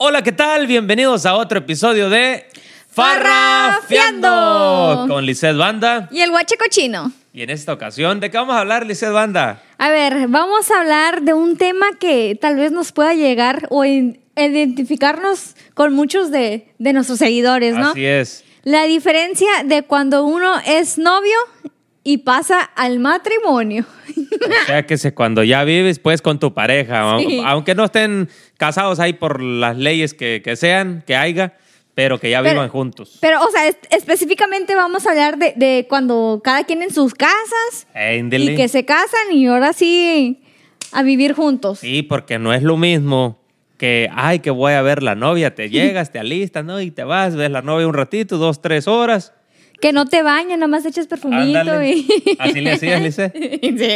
Hola, ¿qué tal? Bienvenidos a otro episodio de Farrafiando con Lizeth Banda y el Guache Cochino. Y en esta ocasión, ¿de qué vamos a hablar, Lizeth Banda? A ver, vamos a hablar de un tema que tal vez nos pueda llegar o identificarnos con muchos de nuestros seguidores, ¿no? Así es. La diferencia de cuando uno es novio y pasa al matrimonio. O sea que cuando ya vives pues con tu pareja, Sí. aunque no estén casados ahí por las leyes que sean, que haya, pero que ya vivan juntos. Pero, o sea, específicamente vamos a hablar de cuando cada quien en sus casas Éndele. y que se casan y ahora sí a vivir juntos. Sí, porque no es lo mismo que, que voy a ver la novia, te llegas, te alistas, ¿no? Y te vas, ves la novia un ratito, 2, 3 horas. Que no te bañan, nada más echas perfumito. Ándale. Y... ¿Así le hacías, Lizeth? Sí.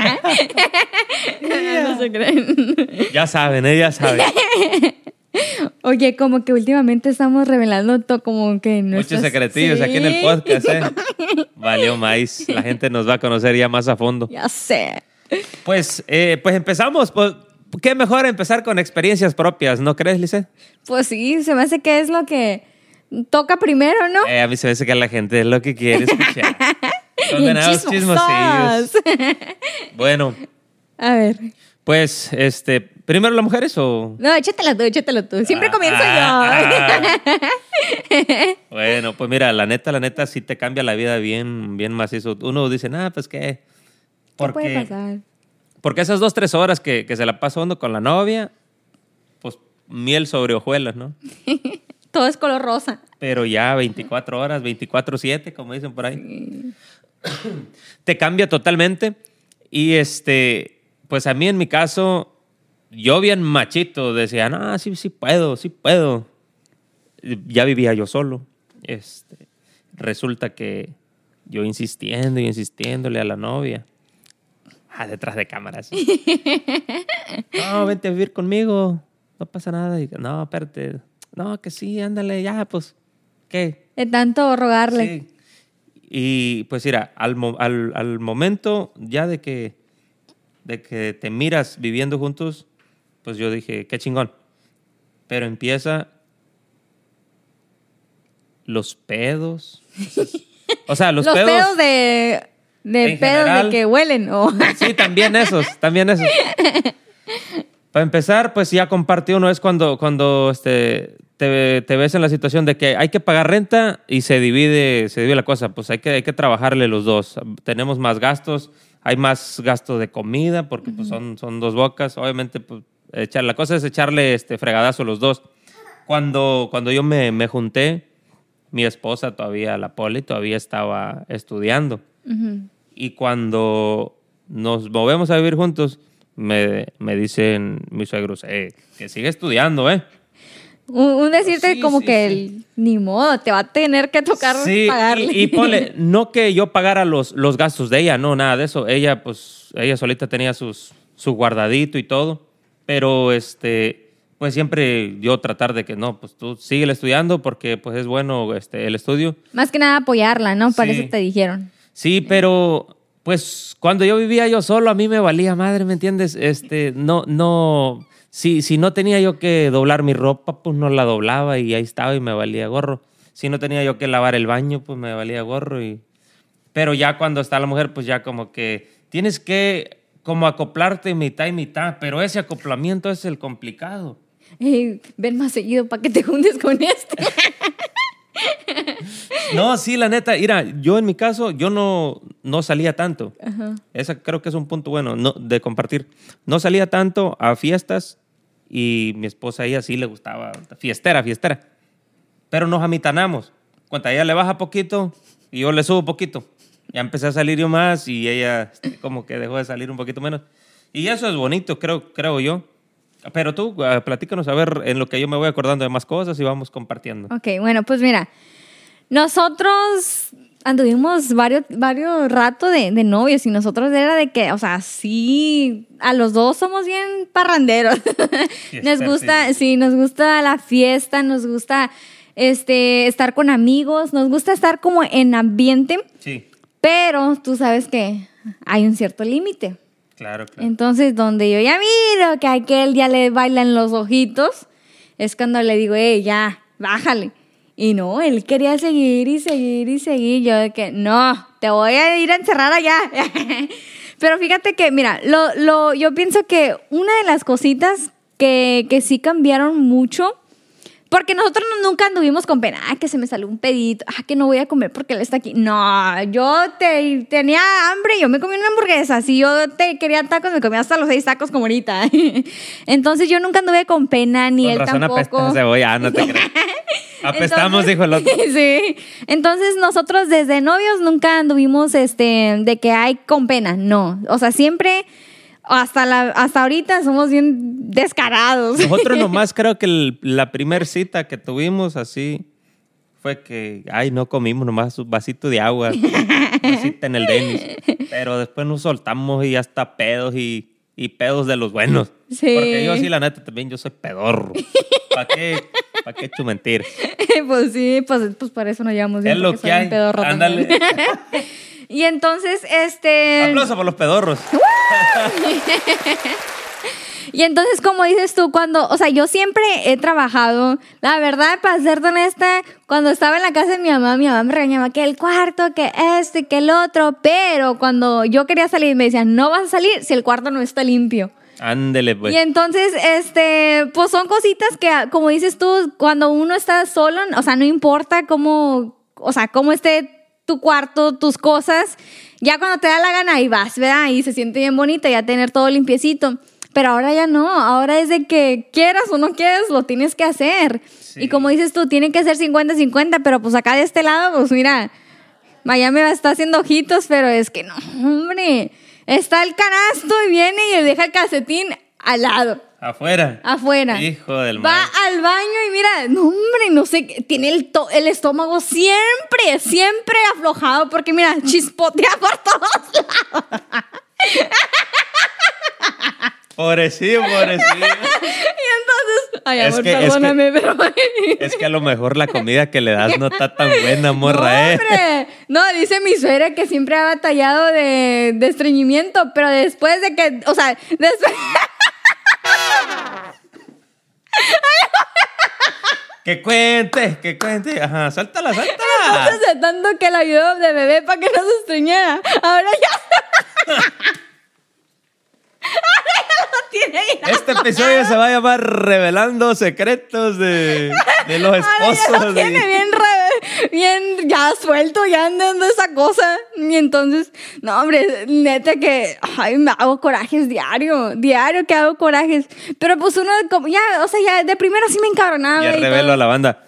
No se creen. Ya saben, ella sabe. Oye, como que últimamente estamos revelando todo como que Muchos secretillos aquí en el podcast, ¿eh? Valió maíz. La gente nos va a conocer ya más a fondo. Ya sé. Pues empezamos. Pues, qué mejor empezar con experiencias propias, ¿no crees, Lizeth? Pues sí, se me hace que es lo que toca primero, ¿no? A mí se me hace que la gente es lo que quiere escuchar. Bien Condenados chismosas. Bueno, A ver. pues, ¿primero las mujeres o...? No, échatelo tú. Siempre comienzo Bueno, pues mira, la neta, sí te cambia la vida bien, bien macizo. Uno dice, pues, ¿qué? ¿Qué puede pasar? Porque esas 2, 3 horas que se la pasa uno con la novia, pues, miel sobre hojuelas, ¿no? Todo es color rosa. Pero ya 24 horas, 24/7, como dicen por ahí. Sí. Te cambia totalmente. Y pues a mí en mi caso, yo bien machito decía, sí puedo. Ya vivía yo solo. Resulta que yo insistiéndole a la novia. Detrás de cámaras. No, vente a vivir conmigo. No pasa nada. Y, no, espérate. No, que sí, ándale, ya, pues, ¿qué? De tanto rogarle. Sí. Y pues mira, al momento ya de que te miras viviendo juntos, pues yo dije, qué chingón. Pero empieza los pedos. O sea, los pedos de pedos general, de que huelen. Oh. Sí, también esos. Para empezar, pues ya comparte uno, es cuando te ves en la situación de que hay que pagar renta y se divide la cosa. Pues hay que trabajarle los dos. Tenemos más gastos, hay más gasto de comida porque pues son 2 bocas. Obviamente, pues, la cosa es echarle fregadazo los dos. Cuando yo me junté, mi esposa todavía, la Poli, todavía estaba estudiando. Uh-huh. Y cuando nos movemos a vivir juntos, me dicen mis suegros, que sigue estudiando, Un decirte sí, como sí, que sí. Ni modo, te va a tener que tocar pagarle. Y ponle, no que yo pagara los gastos de ella, no, nada de eso. Ella solita tenía su guardadito y todo, pero pues siempre yo tratar de que no, pues tú síguele estudiando porque pues es bueno el estudio. Más que nada apoyarla, ¿no? Para eso te dijeron. Sí, pero pues cuando yo vivía yo solo, a mí me valía madre, ¿me entiendes? No, si no tenía yo que doblar mi ropa, pues no la doblaba y ahí estaba y me valía gorro. Si no tenía yo que lavar el baño, pues me valía gorro. Pero ya cuando está la mujer, pues ya como que tienes que como acoplarte mitad y mitad, pero ese acoplamiento es el complicado. Ven más seguido para que te juntes con No, sí, la neta, mira, yo en mi caso, yo no salía tanto. Uh-huh. Ese creo que es un punto bueno de compartir. No salía tanto a fiestas y mi esposa, a ella sí le gustaba fiestera. Pero nos amitanamos. Cuando a ella le baja poquito y yo le subo poquito. Ya empecé a salir yo más y ella como que dejó de salir un poquito menos. Y eso es bonito, creo yo. Pero tú, platícanos a ver en lo que yo me voy acordando de más cosas y vamos compartiendo. Ok, bueno, pues mira, nosotros anduvimos varios rato de novios y nosotros era de que, o sea, sí, a los dos somos bien parranderos. Nos gusta la fiesta, nos gusta estar con amigos, nos gusta estar como en ambiente. Sí. Pero tú sabes que hay un cierto límite. Claro. Entonces, donde yo ya miro que a aquel ya le bailan los ojitos, es cuando le digo, ya, bájale. Y no, él quería seguir y seguir y seguir. Yo de que, no, te voy a ir a encerrar allá. Pero fíjate que, mira, yo pienso que una de las cositas que sí cambiaron mucho, porque nosotros nunca anduvimos con pena, que se me salió un pedito, que no voy a comer porque él está aquí. No, yo tenía hambre, yo me comí una hamburguesa. Si yo quería tacos, me comía hasta los 6 tacos como ahorita. Entonces yo nunca anduve con pena, ni él tampoco. Con razón apestas cebolla, no te crees. Apestamos, dijo el otro. Sí. Entonces nosotros desde novios nunca anduvimos de que hay con pena, no. O sea, siempre... Hasta ahorita somos bien descarados. Nosotros nomás creo que la primer cita que tuvimos así fue que, no comimos nomás un vasito de agua, una cita en el Denis. Pero después nos soltamos y hasta pedos y pedos de los buenos. Sí. Porque yo sí, la neta, también yo soy pedorro. ¿Para qué mentir? Pues sí, pues por eso nos llevamos bien. Es lo que hay. Ándale. Y entonces, Aplauso por los pedorros. Y entonces, como dices tú, yo siempre he trabajado, la verdad, para serte honesta, cuando estaba en la casa de mi mamá me regañaba que el cuarto, que que el otro, pero cuando yo quería salir me decían, no vas a salir si el cuarto no está limpio. Ándele, pues. Y entonces, pues son cositas que, como dices tú, cuando uno está solo, o sea, no importa cómo esté tu cuarto, tus cosas, ya cuando te da la gana ahí vas, ¿verdad? Y se siente bien bonita ya tener todo limpiecito. Pero ahora ya no, ahora es de que quieras o no quieras, lo tienes que hacer. Sí. Y como dices tú, tiene que ser 50-50, pero pues acá de este lado, pues mira, Miami está haciendo ojitos, pero es que no, hombre, está el canasto y viene y le deja el calcetín al lado. Afuera. Hijo del Va al baño y mira, no hombre, no sé, tiene el estómago siempre aflojado porque mira, chispotea por todos lados. Pobrecillo. Y entonces, amor, perdóname, pero... Es que a lo mejor la comida que le das no está tan buena, morra, hombre. No, dice mi suegra que siempre ha batallado de estreñimiento, pero después de que, o sea, después... Que cuente. Ajá, suéltala. Entonces, de tanto que la ayudó de bebé para que no se estreñara, ahora ya lo tiene ya. Este episodio se va a llamar Revelando Secretos de los Esposos. Ahora ya lo tiene bien ya suelto, ya andando esa cosa. Y entonces, no, hombre, neta que me hago corajes diario que hago corajes. Pero pues uno, ya de primero sí me encabronaba. Ya revelo a la banda.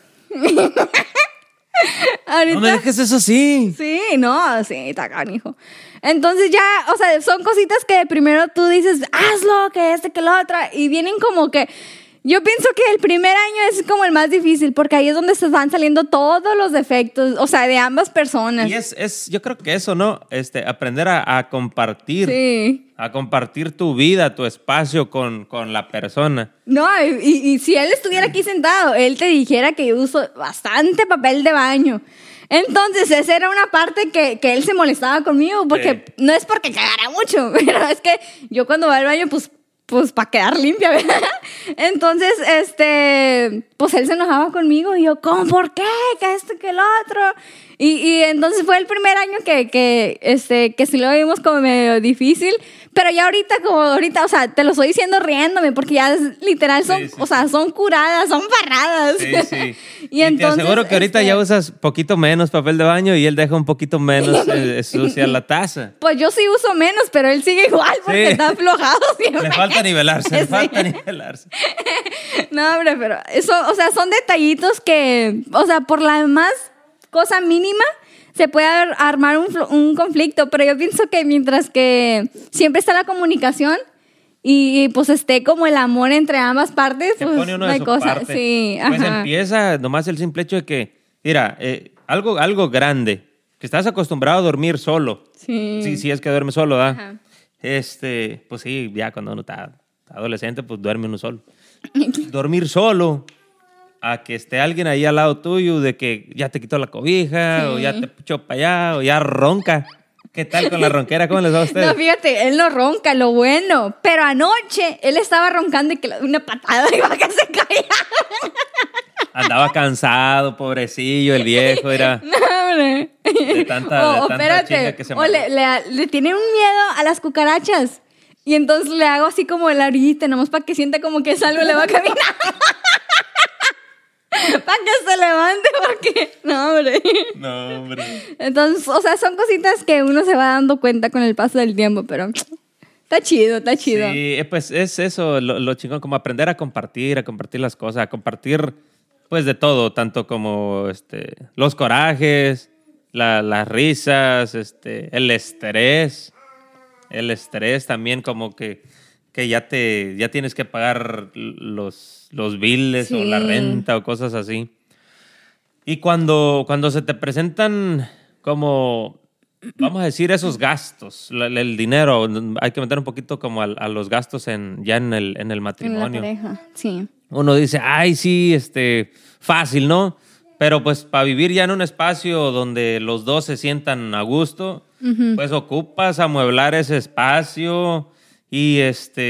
Ahorita, no me dejes eso así. Sí, está canijo. Entonces ya, son cositas que primero tú dices, hazlo, que lo otro. Y vienen como que... Yo pienso que el primer año es como el más difícil porque ahí es donde se van saliendo todos los defectos, de ambas personas. Y yo creo que eso, ¿no? Aprender a compartir. Sí. A compartir tu vida, tu espacio con la persona. No, y si él estuviera aquí sentado, él te dijera que yo uso bastante papel de baño. Entonces, esa era una parte que él se molestaba conmigo porque no es porque cagara mucho, pero es que yo cuando voy al baño, pues para quedar limpia, ¿verdad? Entonces, pues él se enojaba conmigo y yo, ¿cómo? ¿Por qué? Que esto, que el otro. Y entonces fue el primer año que sí lo vimos como medio difícil, pero ya ahorita, te lo estoy diciendo riéndome, porque ya literal son, son curadas, son barradas. Sí. y entonces, te aseguro que ahorita ya usas poquito menos papel de baño y él deja un poquito menos sucia la taza. Pues yo sí uso menos, pero él sigue igual porque está aflojado siempre. Le falta nivelarse, No, hombre, pero eso, son detallitos que, por la más cosa mínima se puede armar un conflicto, pero yo pienso que mientras que siempre está la comunicación y pues esté como el amor entre ambas partes, se pues pone uno no hay de su cosa. parte. Sí, pues empieza nomás el simple hecho de que, mira, algo grande, que estás acostumbrado a dormir solo. Sí. Sí, es que duerme solo, ¿verdad? Ajá. Pues sí, ya cuando uno está adolescente, pues duerme uno solo. Dormir solo, a que esté alguien ahí al lado tuyo de que ya te quitó la cobija, o ya te echó para allá, o ya ronca. ¿Qué tal con la ronquera? ¿Cómo les va a ustedes? No, fíjate, él no ronca, lo bueno. Pero anoche él estaba roncando y que le dio una patada y va que se caía. Andaba cansado, pobrecillo, el viejo, era No, hombre. de tanta chinga que se O le tiene un miedo a las cucarachas. Y entonces le hago así como la orillita, nomás para que sienta como que es algo y le va a caminar. Para que se levante, porque... No, hombre. No, hombre. Entonces, o sea, son cositas que uno se va dando cuenta con el paso del tiempo, pero está chido, está chido. Sí, pues es eso, lo chingón, como aprender a compartir las cosas, a compartir pues de todo, tanto como los corajes, las risas, el estrés también, como que ya tienes que pagar los biles, Sí. o la renta o cosas así. Y cuando se te presentan como, vamos a decir, esos gastos, el dinero, hay que meter un poquito como a los gastos ya en el matrimonio. En la pareja, sí. Uno dice, ay, sí, fácil, ¿no? Pero pues para vivir ya en un espacio donde los dos se sientan a gusto, pues ocupas amueblar ese espacio y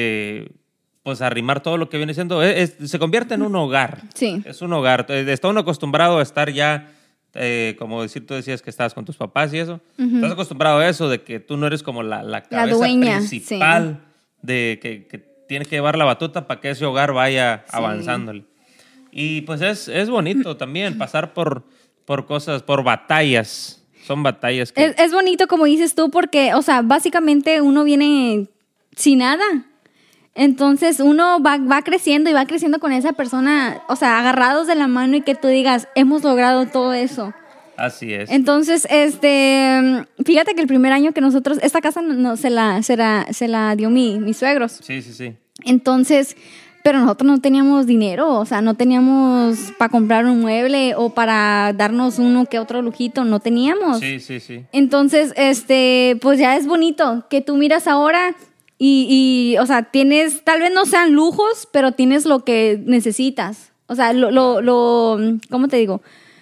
pues arrimar todo lo que viene siendo. Se convierte en un hogar. Sí. Es un hogar. Está uno acostumbrado a estar ya, como tú decías que estabas con tus papás y eso. Estás acostumbrado a eso, de que tú no eres como la cabeza dueña, principal de que tiene que llevar la batuta para que ese hogar vaya avanzándole. Y pues es bonito también pasar por cosas, por batallas. Son batallas que... Es bonito, como dices tú, porque, o sea, básicamente uno viene sin nada. Entonces uno va creciendo y va creciendo con esa persona, o sea, agarrados de la mano y que tú digas, hemos logrado todo eso. Así es. Entonces, fíjate que el primer año que nosotros, esta casa se la dio mis suegros. Sí, sí, sí. Entonces, pero nosotros no teníamos dinero, o sea, no teníamos para comprar un mueble o para darnos uno que otro lujito, no teníamos. Sí, sí, sí. Entonces, pues ya es bonito que tú miras ahora y o sea, tienes, tal vez no sean lujos, pero tienes lo que necesitas. O sea, ¿cómo te digo?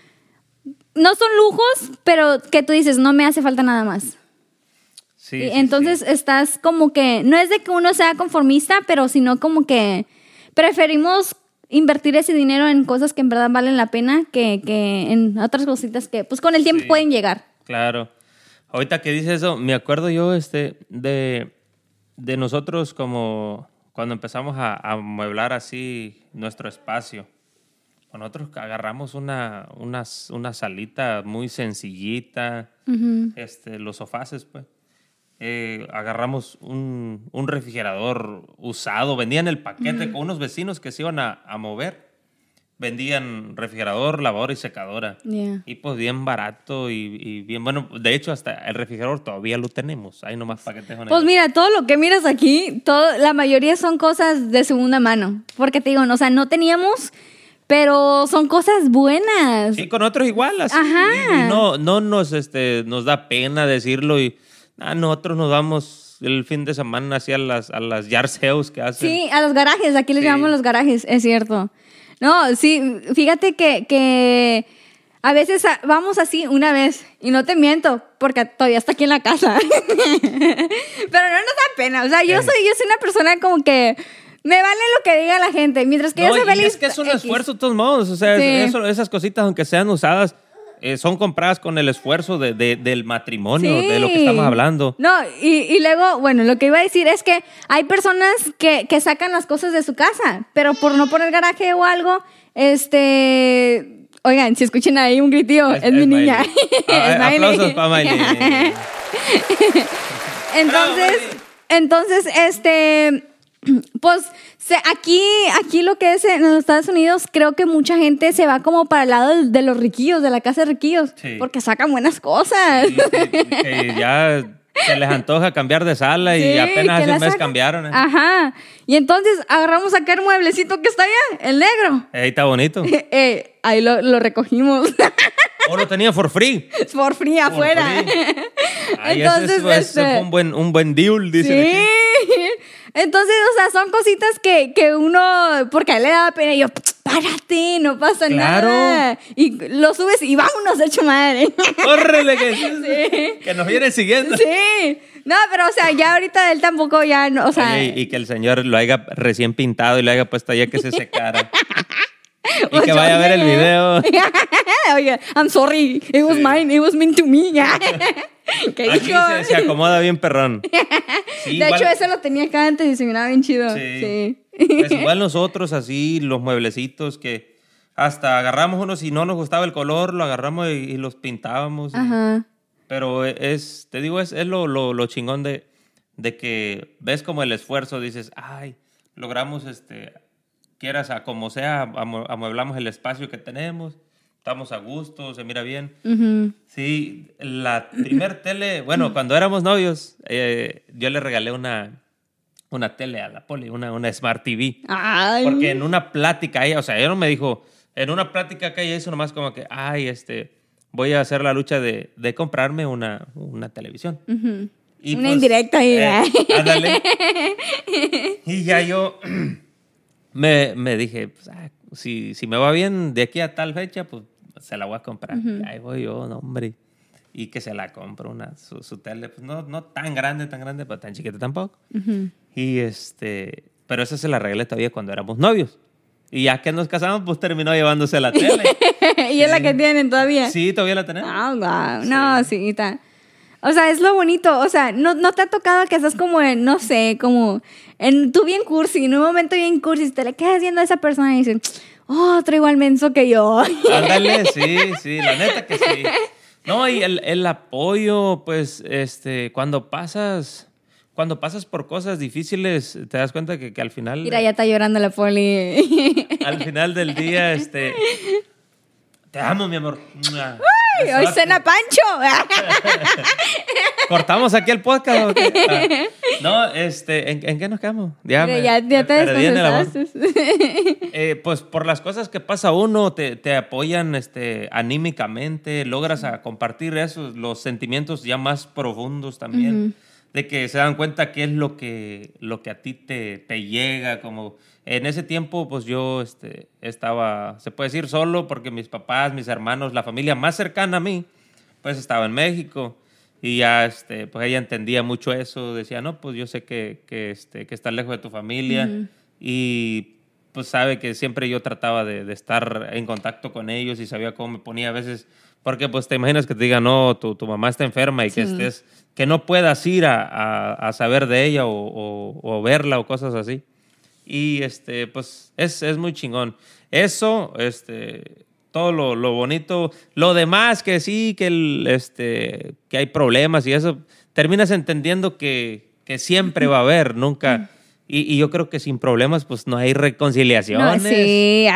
No son lujos, pero que tú dices, no me hace falta nada más. Sí, Y sí, entonces sí. estás como que, no es de que uno sea conformista, pero sino como que preferimos invertir ese dinero en cosas que en verdad valen la pena que en otras cositas que pues con el tiempo Sí. pueden llegar. Claro. Ahorita que dices eso, me acuerdo yo de nosotros como cuando empezamos a amueblar así nuestro espacio. Nosotros agarramos una salita muy sencillita, los sofaces, pues. Agarramos un refrigerador usado. Vendían el paquete con unos vecinos que se iban a mover. Vendían refrigerador, lavadora y secadora. Yeah. Y pues bien barato y bien bueno. De hecho, hasta el refrigerador todavía lo tenemos. Hay nomás paquetes con Pues ellos. mira, todo lo que miras aquí, la mayoría son cosas de segunda mano. Porque te digo, o sea, no teníamos, pero son cosas buenas. Sí, con otros igual. Así. Ajá. Y no nos da pena decirlo. Y nosotros nos vamos el fin de semana así a las yard sales que hacen. Sí, a los garajes, aquí les Sí. llamamos los garajes, es cierto. No, sí, fíjate que a veces vamos así una vez, y no te miento, porque todavía está aquí en la casa. Pero no nos da pena, o sea, yo soy una persona como que me vale lo que diga la gente, mientras que yo soy y feliz. es que es un X. esfuerzo de todos modos. O sea, Sí. esas cositas, aunque sean usadas, son compradas con el esfuerzo del matrimonio, Sí. de lo que estamos hablando. No, y luego, bueno, lo que iba a decir es que hay personas que sacan las cosas de su casa, pero por no poner garaje o algo, oigan, si escuchen ahí un gritillo, es mi niña. Es Miley. Aplausos para Miley. Entonces, pues aquí lo que es en los Estados Unidos, creo que mucha gente se va como para el lado de los riquillos, de la casa de riquillos, Sí. porque sacan buenas cosas. Sí, que ya se les antoja cambiar de sala y Sí, apenas que hace la un mes sacan. cambiaron. Ajá. Y entonces agarramos acá el mueblecito que está allá, el negro. Ahí está bonito. Ahí lo recogimos. O lo tenía for free. Por free afuera. Ay, Entonces, ese fue un buen deal, dicen Sí. aquí. Entonces, o sea, son cositas que uno, porque a él le daba pena y yo, párate, no pasa Claro. nada. Y lo subes y vámonos, hecho madre. ¡Córrele! Sí. Que nos vienen siguiendo. Sí. No, pero, o sea, ya ahorita él tampoco ya, no, o sea. Oye, y que el señor lo haya recién pintado y lo haya puesto allá que se secara. Y que vaya a ver el video. Oye, I'm sorry. It was mine. It was meant to me. ¿Qué Aquí dijo? se acomoda bien perrón. Sí, de igual, hecho, eso lo tenía acá antes y se miraba bien chido. Sí. Pues igual nosotros así, los mueblecitos que hasta agarramos unos, si no nos gustaba el color, lo agarramos y los pintábamos. Ajá. Pero te digo, es lo chingón de que ves como el esfuerzo, dices, ay, logramos, quieras a como sea, amueblamos el espacio que tenemos, estamos a gusto, se mira bien. Uh-huh. Sí, la primer tele, bueno, cuando éramos novios, yo le regalé una tele a la Poli, una Smart TV. Ay. Porque en una plática ella, o sea, ella no me dijo, en una plática que ella hizo nomás como que, ay, voy a hacer la lucha de comprarme una televisión. Uh-huh. Y una indirecta ahí. Ándale. Y ya yo me dije, pues, si me va bien de aquí a tal fecha, pues se la voy a comprar. Uh-huh. Y ahí voy yo, no, hombre. Y que se la compro, su tele, pues no tan grande, pero tan chiquita tampoco. Uh-huh. Y pero esa se la regalé todavía cuando éramos novios. Y ya que nos casamos, pues terminó llevándose la tele. ¿Y sí. Es la que tienen todavía? Sí, todavía la tenemos. Oh, wow. Sí. No, sí, está. O sea, es lo bonito. O sea, no te ha tocado que estás como en, no sé, como tú bien cursi, en un momento bien cursi, te le quedas viendo a esa persona y dices, otro igual menso que yo. Ándale, sí, la neta que sí. No, y el apoyo, pues, cuando pasas por cosas difíciles, te das cuenta que al final... Mira, ya está llorando la Poli. Al final del día, te amo, mi amor. ¡Uy! Hoy cena Pancho. ¿Cortamos aquí el podcast o qué? No, ¿en qué nos quedamos? Ya te desconcentraste. Pues por las cosas que pasa uno, te apoyan anímicamente, logras a compartir los sentimientos ya más profundos también. Uh-huh. De que se dan cuenta qué es lo que a ti te llega, como en ese tiempo pues yo estaba, se puede decir, solo porque mis papás, mis hermanos, la familia más cercana a mí pues estaba en México y ya pues ella entendía mucho eso, decía, no, pues yo sé que estás lejos de tu familia. Uh-huh. Y pues sabe que siempre yo trataba de estar en contacto con ellos y sabía cómo me ponía a veces, porque pues te imaginas que te digan, no, tu mamá está enferma y sí. que no puedas ir a saber de ella o verla o cosas así. Y pues es muy chingón. Eso, todo lo bonito, lo demás que sí, que hay problemas y eso, terminas entendiendo que siempre va a haber, nunca... Y yo creo que sin problemas, pues no hay reconciliaciones. No, sí.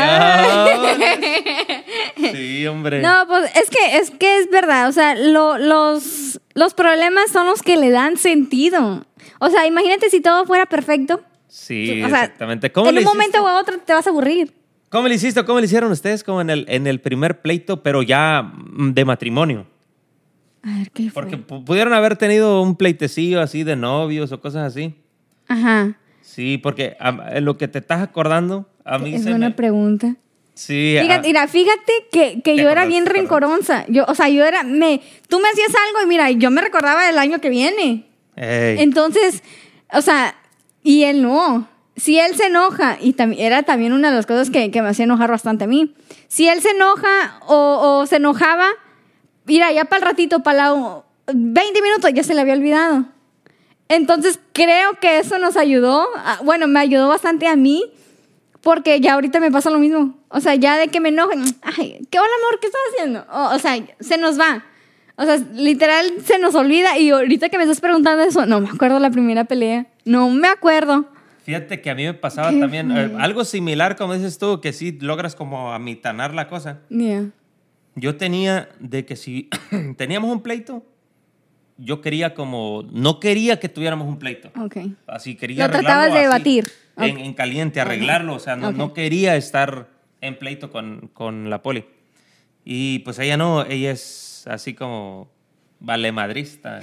Sí, hombre. No, pues es que es verdad. O sea, los problemas son los que le dan sentido. O sea, imagínate si todo fuera perfecto. Sí, o sea, exactamente. En un momento u otro te vas a aburrir. ¿Cómo le hiciste? ¿Cómo le hicieron ustedes como en el primer pleito, pero ya de matrimonio? A ver, ¿qué fue? Porque pudieron haber tenido un pleitecillo así de novios o cosas así. Ajá. Sí, porque lo que te estás acordando, a mí es una pregunta. Sí. Fíjate que yo era bien rencorosa. Tú me hacías algo y mira, yo me recordaba del año que viene. Ey. Entonces, o sea, y él no. Si él se enoja, y era también una de las cosas que me hacía enojar bastante a mí. Si él se enoja o se enojaba, mira, ya para el ratito, para 20 minutos, ya se le había olvidado. Entonces, creo que eso nos ayudó. Bueno, me ayudó bastante a mí, porque ya ahorita me pasa lo mismo. O sea, ya de que me enoje, ay, ¿qué hola, amor? ¿Qué estás haciendo? O sea, se nos va. O sea, literal, se nos olvida. Y ahorita que me estás preguntando eso, no me acuerdo la primera pelea. No me acuerdo. Fíjate que a mí me pasaba también algo similar, como dices tú, que sí logras como amitanar la cosa. Yeah. Yo tenía de que si teníamos un pleito, yo quería no quería que tuviéramos un pleito. Okay. Así quería lo tratabas de debatir. En caliente, arreglarlo. O sea, no quería estar en pleito con la Poli. Y pues ella no, ella es así como valemadrista.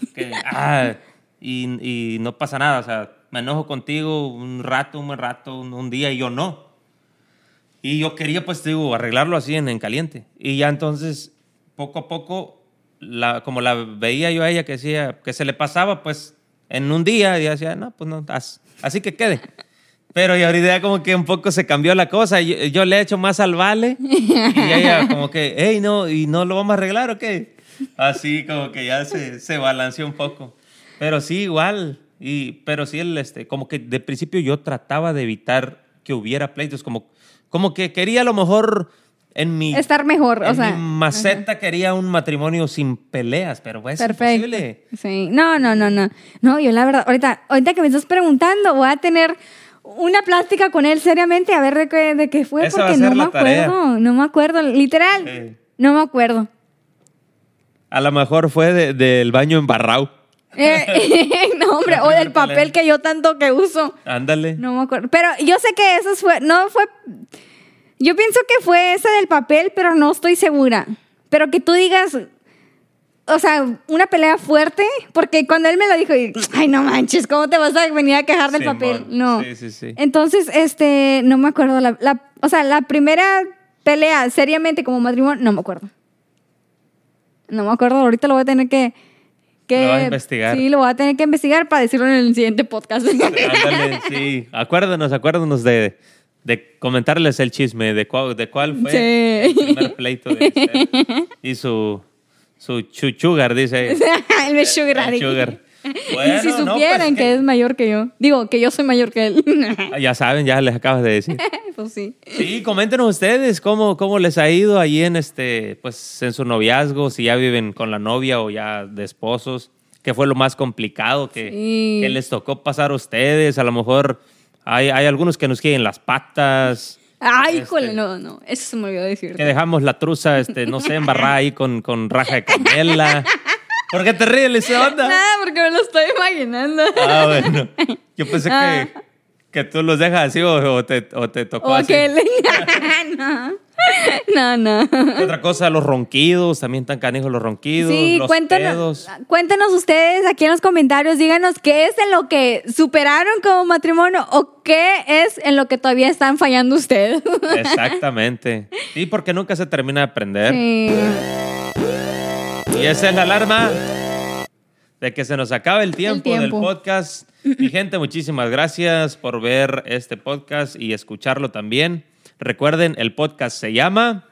Y no pasa nada. O sea, me enojo contigo un buen rato, un día, y yo no. Y yo quería, pues, arreglarlo así en caliente. Y ya entonces, poco a poco, como la veía yo a ella que decía que se le pasaba, pues, en un día, y decía, no, pues no, así que quede. Pero y ahorita ya como que un poco se cambió la cosa. Yo le he hecho más al vale y ella como que, hey, no, ¿y no lo vamos a arreglar o qué? Así como que ya se balanceó un poco. Pero sí, igual. Pero sí, como que de principio yo trataba de evitar que hubiera pleitos. Como que quería a lo mejor estar mejor, o sea. En mi maceta quería un matrimonio sin peleas, pero pues es imposible. Sí, no. No, yo la verdad, ahorita que me estás preguntando, voy a tener una plática con él seriamente a ver de qué fue, esa porque no me acuerdo, literal, no me acuerdo. A lo mejor fue del baño embarrado. No, hombre, o del papel que yo tanto que uso. Ándale. No me acuerdo, pero yo sé que eso yo pienso que fue ese del papel, pero no estoy segura. Pero que tú digas, o sea, una pelea fuerte, porque cuando él me lo dijo, ay, no manches, ¿cómo te vas a venir a quejar del papel? No. Sí. Entonces, no me acuerdo. O sea, la primera pelea seriamente como matrimonio, no me acuerdo. No me acuerdo, ahorita lo voy a tener que lo vas a investigar. Sí, lo voy a tener que investigar para decirlo en el siguiente podcast. Ándale, sí. Acuérdanos de comentarles el chisme de cuál fue el primer pleito de Esther y su chuchugar, dice. El sugar. Bueno, y si supieran que es mayor que yo. Digo, que yo soy mayor que él. Ya saben, ya les acabas de decir. Pues sí. Sí, coméntenos ustedes cómo les ha ido ahí en pues en su noviazgo, si ya viven con la novia o ya de esposos. ¿Qué fue lo más complicado que les tocó pasar a ustedes? A lo mejor hay algunos que nos quieren las patas. Ay, híjole, no. Eso se me olvidó decir. Que dejamos la truza, no sé, embarrada ahí con raja de canela. ¿Por qué te ríes, esa onda? Nada, porque me lo estoy imaginando. Ah, bueno. Yo pensé que tú los dejas así o te tocó así. No. Otra cosa, los ronquidos, también tan canijos los ronquidos, sí, los pedos. Cuéntenos ustedes aquí en los comentarios, díganos qué es en lo que superaron como matrimonio o qué es en lo que todavía están fallando ustedes. Exactamente. Sí, porque nunca se termina de aprender. Sí. Y esa es la alarma de que se nos acabe el tiempo del podcast. Mi gente, muchísimas gracias por ver este podcast y escucharlo también. Recuerden, el podcast se llama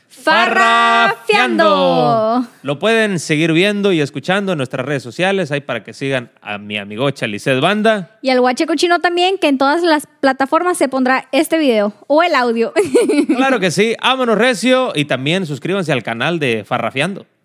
Farrafiando. Lo pueden seguir viendo y escuchando en nuestras redes sociales, ahí para que sigan a mi amigocha Lizeth Banda. Y al Guache Cochino también, que en todas las plataformas se pondrá este video o el audio. Claro que sí, vámonos recio y también suscríbanse al canal de Farrafiando.